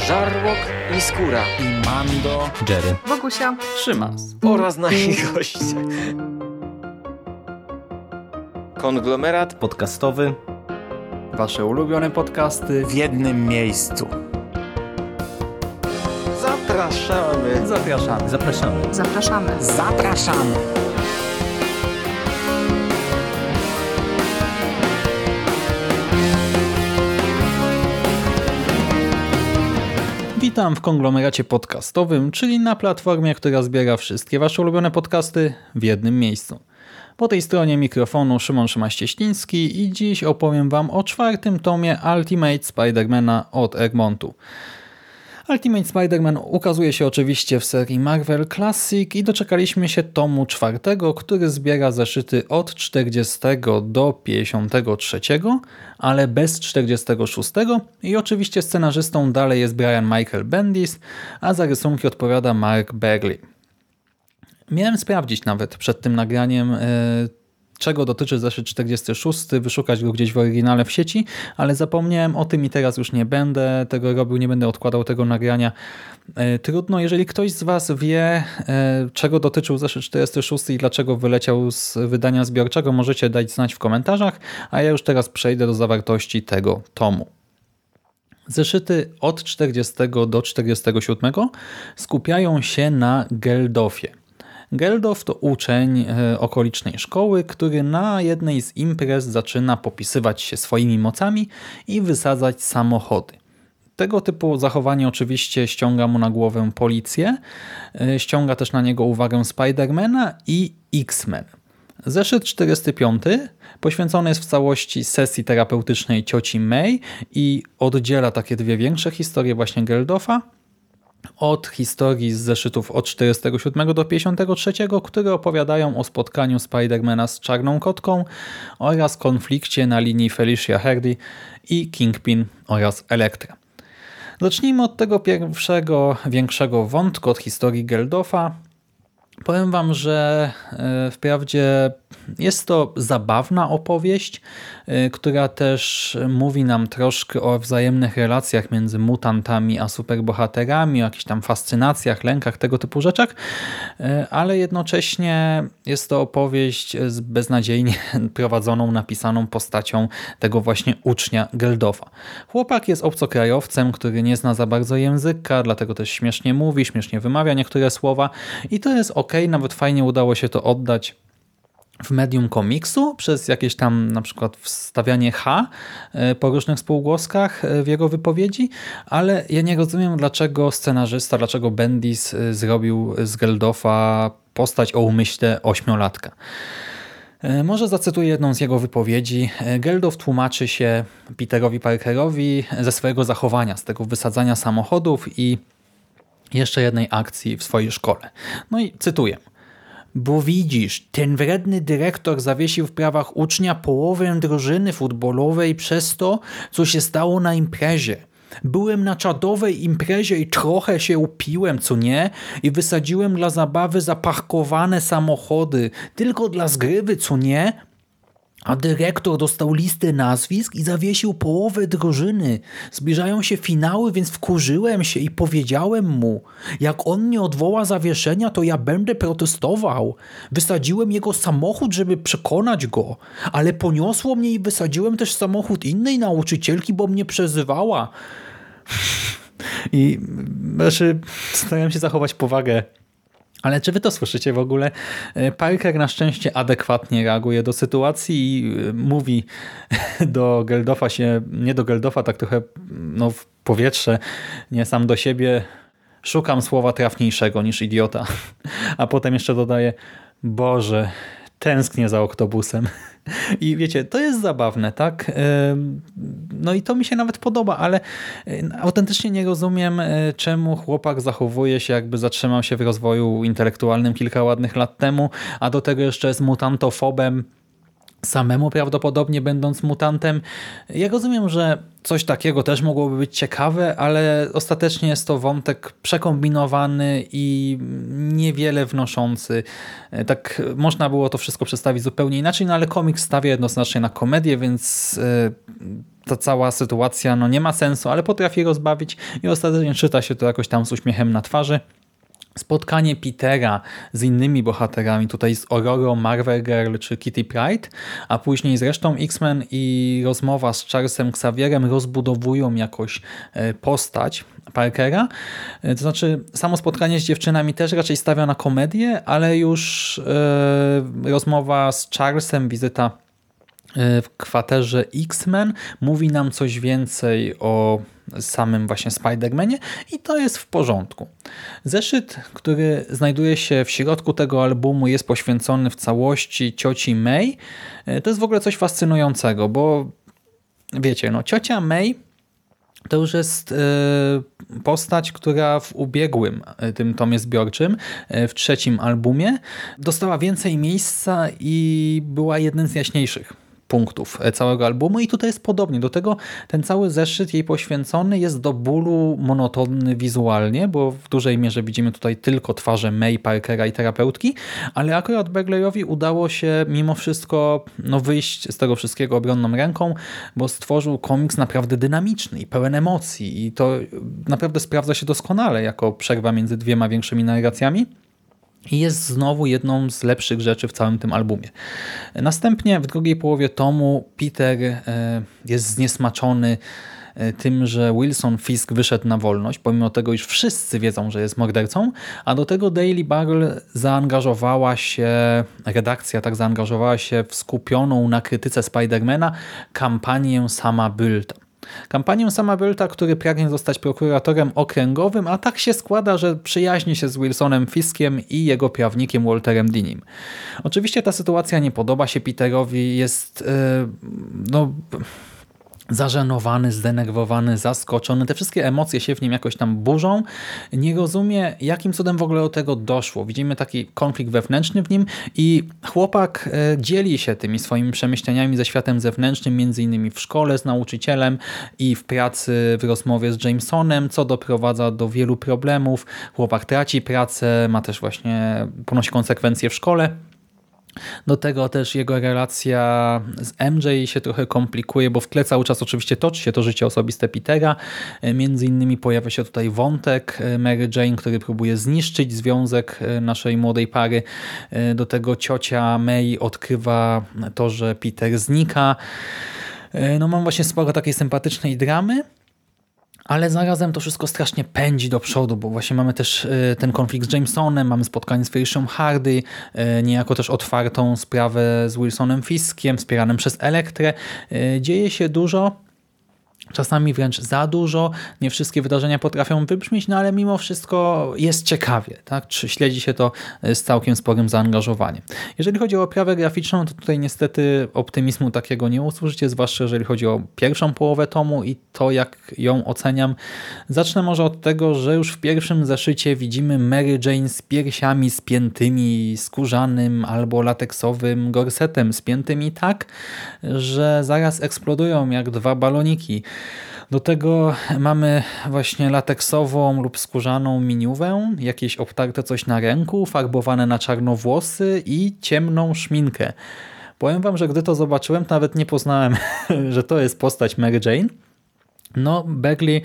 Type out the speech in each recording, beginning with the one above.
Żarłok i Skóra i Mando, Jerry, Wokusia, Szymas oraz nasi goście. Konglomerat podcastowy. wasze ulubione podcasty w jednym miejscu. Zapraszamy. Zapraszamy. zapraszamy. Zapraszamy! Witam w konglomeracie podcastowym, czyli na platformie, która zbiera wszystkie wasze ulubione podcasty w jednym miejscu. Po tej stronie mikrofonu Szymon Szymaś-Cieśliński i dziś opowiem wam o 4. tomie Ultimate Spider-Mana od Egmontu. Ultimate Spider-Man ukazuje się oczywiście w serii Marvel Classic i doczekaliśmy się tomu 4, który zbiera zeszyty od 40 do 53, ale bez 46 i oczywiście scenarzystą dalej jest Brian Michael Bendis, a za rysunki odpowiada Mark Bagley. Miałem sprawdzić nawet przed tym nagraniem, czego dotyczy zeszyt 46, wyszukać go gdzieś w oryginale w sieci, ale zapomniałem o tym i teraz już nie będę tego robił, nie będę odkładał tego nagrania. Trudno, jeżeli ktoś z was wie, czego dotyczył zeszyt 46 i dlaczego wyleciał z wydania zbiorczego, możecie dać znać w komentarzach, a ja już teraz przejdę do zawartości tego tomu. Zeszyty od 40 do 47 skupiają się na Geldofie. Geldof to uczeń okolicznej szkoły, który na jednej z imprez zaczyna popisywać się swoimi mocami i wysadzać samochody. Tego typu zachowanie oczywiście ściąga mu na głowę policję, ściąga też na niego uwagę Spidermana i X-Men. Zeszyt 45 poświęcony jest w całości sesji terapeutycznej cioci May i oddziela takie dwie większe historie właśnie Geldofa od historii z zeszytów od 47 do 53, które opowiadają o spotkaniu Spidermana z Czarną Kotką oraz konflikcie na linii Felicia Hardy i Kingpin oraz Elektra. Zacznijmy od tego pierwszego, większego wątku, od historii Geldofa. Powiem wam, że wprawdzie jest to zabawna opowieść, która też mówi nam troszkę o wzajemnych relacjach między mutantami a superbohaterami, o jakichś tam fascynacjach, lękach, tego typu rzeczach, ale jednocześnie jest to opowieść z beznadziejnie prowadzoną, napisaną postacią tego właśnie ucznia Geldofa. Chłopak jest obcokrajowcem, który nie zna za bardzo języka, dlatego też śmiesznie mówi, śmiesznie wymawia niektóre słowa i to jest okej, nawet fajnie udało się to oddać w medium komiksu przez jakieś tam na przykład wstawianie H po różnych spółgłoskach w jego wypowiedzi, ale ja nie rozumiem, dlaczego scenarzysta, dlaczego Bendis zrobił z Geldofa postać o umyśle 8-latka. Może zacytuję jedną z jego wypowiedzi. Geldof tłumaczy się Peterowi Parkerowi ze swojego zachowania, z tego wysadzania samochodów i jeszcze jednej akcji w swojej szkole. No i cytuję. Bo widzisz, ten wredny dyrektor zawiesił w prawach ucznia połowę drużyny futbolowej przez to, co się stało na imprezie. Byłem na czadowej imprezie i trochę się upiłem, co nie? I wysadziłem dla zabawy zaparkowane samochody. Tylko dla zgrywy, co nie? A dyrektor dostał listę nazwisk i zawiesił połowę drużyny. Zbliżają się finały, więc wkurzyłem się i powiedziałem mu, jak on nie odwoła zawieszenia, to ja będę protestował. Wysadziłem jego samochód, żeby przekonać go, ale poniosło mnie i wysadziłem też samochód innej nauczycielki, bo mnie przezywała. I staram się zachować powagę. Ale czy wy to słyszycie w ogóle? Parker na szczęście adekwatnie reaguje do sytuacji i mówi do Geldofa nie do Geldofa, tak trochę w powietrze, nie sam do siebie, szukam słowa trafniejszego niż idiota. A potem jeszcze dodaje, Boże, tęsknię za autobusem. I wiecie, to jest zabawne, tak? No i to mi się nawet podoba, ale autentycznie nie rozumiem, czemu chłopak zachowuje się, jakby zatrzymał się w rozwoju intelektualnym kilka ładnych lat temu, a do tego jeszcze jest mutantofobem, samemu prawdopodobnie będąc mutantem. Ja rozumiem, że coś takiego też mogłoby być ciekawe, ale ostatecznie jest to wątek przekombinowany i niewiele wnoszący. Tak można było to wszystko przedstawić zupełnie inaczej, no ale komiks stawia jednoznacznie na komedię, więc ta cała sytuacja nie ma sensu, ale potrafi rozbawić i ostatecznie czyta się to jakoś tam z uśmiechem na twarzy. Spotkanie Petera z innymi bohaterami, tutaj z Aurorą, Marvel Girl czy Kitty Pryde, a później z resztą X-Men i rozmowa z Charlesem Xavierem rozbudowują jakoś postać Parkera. To znaczy samo spotkanie z dziewczynami też raczej stawia na komedię, ale już rozmowa z Charlesem, wizyta w kwaterze X-Men mówi nam coś więcej o samym właśnie Spider-Manie i to jest w porządku. Zeszyt, który znajduje się w środku tego albumu, jest poświęcony w całości cioci May. To jest w ogóle coś fascynującego, bo wiecie, ciocia May to już jest postać, która w ubiegłym tym tomie zbiorczym, w 3. albumie, dostała więcej miejsca i była jednym z jaśniejszych punktów całego albumu i tutaj jest podobnie. Do tego ten cały zeszyt jej poświęcony jest do bólu monotonny wizualnie, bo w dużej mierze widzimy tutaj tylko twarze May, Parkera i terapeutki, ale akurat Bagleyowi udało się mimo wszystko wyjść z tego wszystkiego obronną ręką, bo stworzył komiks naprawdę dynamiczny i pełen emocji i to naprawdę sprawdza się doskonale jako przerwa między 2 większymi narracjami. I jest znowu jedną z lepszych rzeczy w całym tym albumie. Następnie w drugiej połowie tomu Peter jest zniesmaczony tym, że Wilson Fisk wyszedł na wolność, pomimo tego, iż wszyscy wiedzą, że jest mordercą, a do tego Daily Bugle redakcja zaangażowała się w skupioną na krytyce Spidermana kampanię Sama Bylta. Kampanię Sama Bylta, który pragnie zostać prokuratorem okręgowym, a tak się składa, że przyjaźni się z Wilsonem Fiskiem i jego prawnikiem Walterem Dinim. Oczywiście ta sytuacja nie podoba się Peterowi, jest zażenowany, zdenerwowany, zaskoczony. Te wszystkie emocje się w nim jakoś tam burzą. Nie rozumie, jakim cudem w ogóle do tego doszło. Widzimy taki konflikt wewnętrzny w nim i chłopak dzieli się tymi swoimi przemyśleniami ze światem zewnętrznym, między innymi w szkole z nauczycielem i w pracy, w rozmowie z Jamesonem, co doprowadza do wielu problemów. Chłopak traci pracę, ponosi konsekwencje w szkole. Do tego też jego relacja z MJ się trochę komplikuje, bo w tle cały czas oczywiście toczy się to życie osobiste Petera. Między innymi pojawia się tutaj wątek Mary Jane, który próbuje zniszczyć związek naszej młodej pary. Do tego ciocia May odkrywa to, że Peter znika. Mam właśnie sporo takiej sympatycznej dramy. Ale zarazem to wszystko strasznie pędzi do przodu, bo właśnie mamy też ten konflikt z Jamesonem, mamy spotkanie z Felicią Hardy, niejako też otwartą sprawę z Wilsonem Fiskiem, wspieranym przez Elektrę. Dzieje się dużo, czasami wręcz za dużo, nie wszystkie wydarzenia potrafią wybrzmieć, ale mimo wszystko jest ciekawie, tak? Śledzi się to z całkiem sporym zaangażowaniem. Jeżeli chodzi o oprawę graficzną, to tutaj niestety optymizmu takiego nie usłyszycie, zwłaszcza jeżeli chodzi o pierwszą połowę tomu i to, jak ją oceniam. Zacznę może od tego, że już w pierwszym zeszycie widzimy Mary Jane z piersiami spiętymi skórzanym albo lateksowym gorsetem, spiętymi tak, że zaraz eksplodują jak 2 baloniki. Do tego mamy właśnie lateksową lub skórzaną miniówę, jakieś obtarte coś na ręku, farbowane na czarno włosy i ciemną szminkę. Powiem wam, że gdy to zobaczyłem, to nawet nie poznałem, że to jest postać Mary Jane. Bagley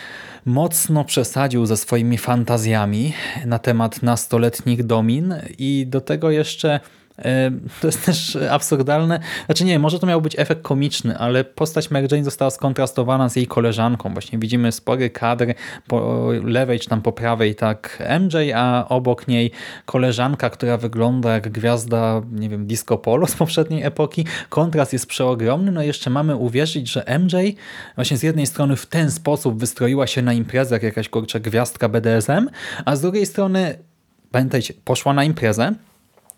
mocno przesadził ze swoimi fantazjami na temat nastoletnich domin i do tego jeszcze to jest też absurdalne. Może to miał być efekt komiczny, ale postać Mary Jane została skontrastowana z jej koleżanką. Właśnie widzimy spory kadr po lewej czy tam po prawej tak MJ, a obok niej koleżanka, która wygląda jak gwiazda, disco polo z poprzedniej epoki. Kontrast jest przeogromny. Jeszcze mamy uwierzyć, że MJ właśnie z jednej strony w ten sposób wystroiła się na imprezę jak jakaś gwiazdka BDSM, a z drugiej strony, pamiętajcie, poszła na imprezę,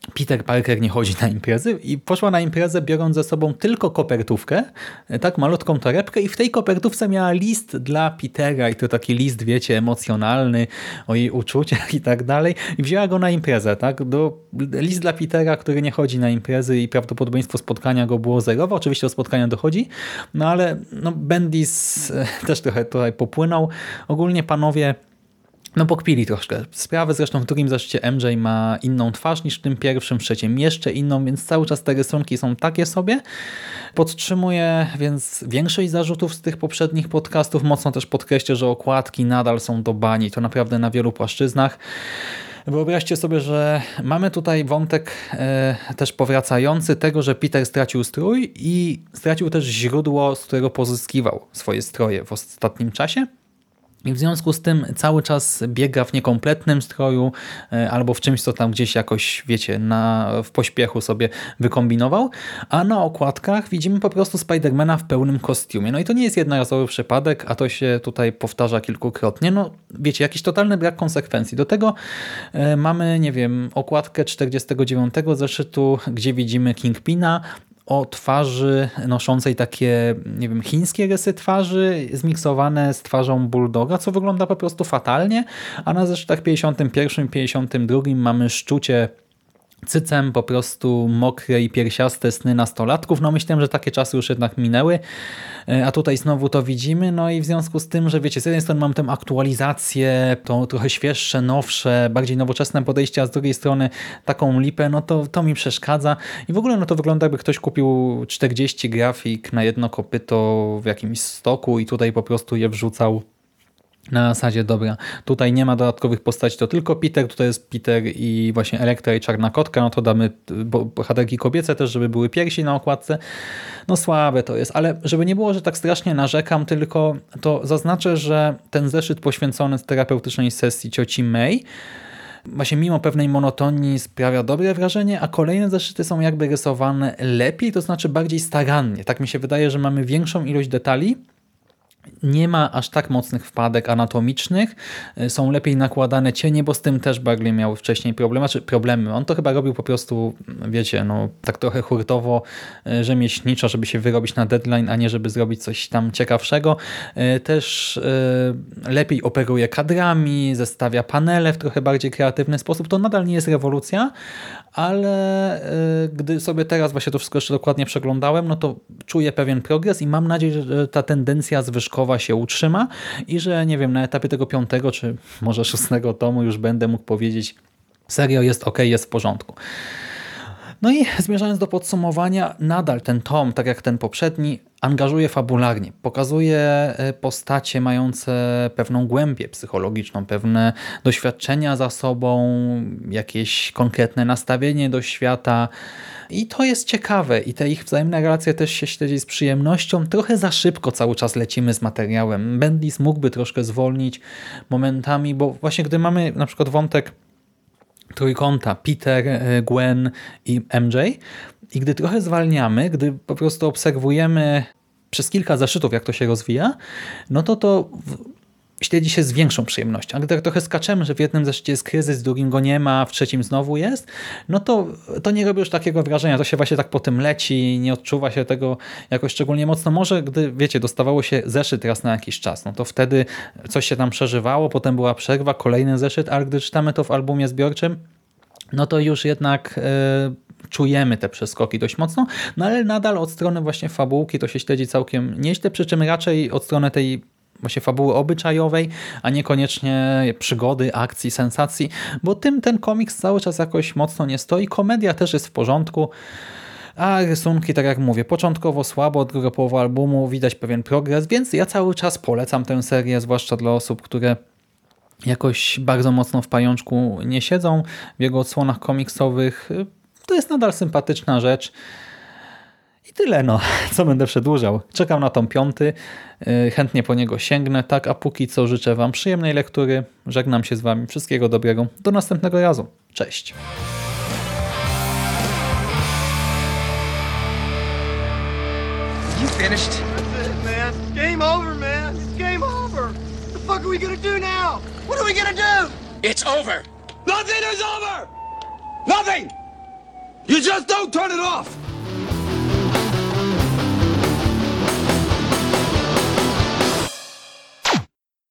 Peter Parker nie chodzi na imprezy i poszła na imprezę biorąc ze sobą tylko kopertówkę, tak malutką torebkę i w tej kopertówce miała list dla Petera i to taki list, wiecie, emocjonalny o jej uczuciach i tak dalej i wzięła go na imprezę, tak? List dla Petera, który nie chodzi na imprezy i prawdopodobieństwo spotkania go było zerowe. Oczywiście do spotkania dochodzi, no ale Bendis też trochę tutaj popłynął. Ogólnie panowie pokpili troszkę sprawy, zresztą w drugim zeszycie MJ ma inną twarz niż w tym pierwszym, w trzecim jeszcze inną, więc cały czas te rysunki są takie sobie. Podtrzymuję więc większość zarzutów z tych poprzednich podcastów. Mocno też podkreślę, że okładki nadal są do bani, to naprawdę na wielu płaszczyznach. Wyobraźcie sobie, że mamy tutaj wątek też powracający tego, że Peter stracił strój i stracił też źródło, z którego pozyskiwał swoje stroje w ostatnim czasie. I w związku z tym cały czas biega w niekompletnym stroju albo w czymś, co tam gdzieś jakoś, wiecie, w pośpiechu sobie wykombinował, a na okładkach widzimy po prostu Spidermana w pełnym kostiumie. No i to nie jest jednorazowy przypadek, a to się tutaj powtarza kilkukrotnie. No wiecie, jakiś totalny brak konsekwencji. Do tego mamy, nie wiem, okładkę 49 zeszytu, gdzie widzimy Kingpina o twarzy noszącej takie, nie wiem, chińskie rysy twarzy zmiksowane z twarzą Bulldoga, co wygląda po prostu fatalnie, a na zeszytach 51 i 52 mamy szczucie cycem, po prostu mokre i piersiaste sny nastolatków. No myślałem, że takie czasy już jednak minęły, a tutaj znowu to widzimy. No i w związku z tym, że wiecie, z jednej strony mam tę aktualizację, to trochę świeższe, nowsze, bardziej nowoczesne podejście, a z drugiej strony taką lipę, no to mi przeszkadza. I w ogóle to wygląda, jakby ktoś kupił 40 grafik na jedno kopyto w jakimś stoku i tutaj po prostu je wrzucał na zasadzie, dobra, tutaj nie ma dodatkowych postaci, to tylko Peter, tutaj jest Peter i właśnie Elektra i Czarna Kotka, no to damy bohaterki kobiece też, żeby były piersi na okładce. No słabe to jest, ale żeby nie było, że tak strasznie narzekam, tylko to zaznaczę, że ten zeszyt poświęcony terapeutycznej sesji cioci May właśnie mimo pewnej monotonii sprawia dobre wrażenie, a kolejne zeszyty są jakby rysowane lepiej, to znaczy bardziej starannie. Tak mi się wydaje, że mamy większą ilość detali, nie ma aż tak mocnych wpadek anatomicznych, są lepiej nakładane cienie, bo z tym też Bagley miał wcześniej problemy. On to chyba robił po prostu, wiecie, tak trochę hurtowo, rzemieślniczo, żeby się wyrobić na deadline, a nie żeby zrobić coś tam ciekawszego. Też lepiej operuje kadrami, zestawia panele w trochę bardziej kreatywny sposób. To nadal nie jest rewolucja, ale gdy sobie teraz właśnie to wszystko jeszcze dokładnie przeglądałem, no to czuję pewien progres i mam nadzieję, że ta tendencja zwyżkowa się utrzyma i że, nie wiem, na etapie tego 5. czy może 6. tomu już będę mógł powiedzieć, serio jest ok, jest w porządku. No i zmierzając do podsumowania, nadal ten tom, tak jak ten poprzedni, angażuje fabularnie. Pokazuje postacie mające pewną głębię psychologiczną, pewne doświadczenia za sobą, jakieś konkretne nastawienie do świata. I to jest ciekawe i te ich wzajemne relacje też się śledzi z przyjemnością. Trochę za szybko cały czas lecimy z materiałem. Bendis mógłby troszkę zwolnić momentami, bo właśnie gdy mamy na przykład wątek trójkąta Peter, Gwen i MJ i gdy trochę zwalniamy, gdy po prostu obserwujemy przez kilka zeszytów, jak to się rozwija, no to śledzi się z większą przyjemnością. A gdy trochę skaczemy, że w jednym zeszycie jest kryzys, w drugim go nie ma, w trzecim znowu jest, no to nie robi już takiego wrażenia. To się właśnie tak po tym leci, nie odczuwa się tego jakoś szczególnie mocno. Może gdy, wiecie, dostawało się zeszyt raz na jakiś czas, no to wtedy coś się tam przeżywało, potem była przerwa, kolejny zeszyt, ale gdy czytamy to w albumie zbiorczym, no to już jednak czujemy te przeskoki dość mocno, no ale nadal od strony właśnie fabułki to się śledzi całkiem nieźle, przy czym raczej od strony tej właśnie fabuły obyczajowej, a niekoniecznie przygody, akcji, sensacji, bo tym ten komiks cały czas jakoś mocno nie stoi. Komedia też jest w porządku, a rysunki, tak jak mówię, początkowo słabo, od drugiej połowy albumu widać pewien progres, więc ja cały czas polecam tę serię, zwłaszcza dla osób, które jakoś bardzo mocno w pajączku nie siedzą w jego odsłonach komiksowych. To jest nadal sympatyczna rzecz. I tyle, co będę przedłużał. Czekam na tom 5, chętnie po niego sięgnę, tak, a póki co życzę wam przyjemnej lektury, żegnam się z wami, wszystkiego dobrego, do następnego razu, cześć! You finished? That's it, man. Game over, man. It's game over. What the fuck are we gonna do now? What are we gonna do? It's over. Nothing is over! Nothing! You just don't turn it off!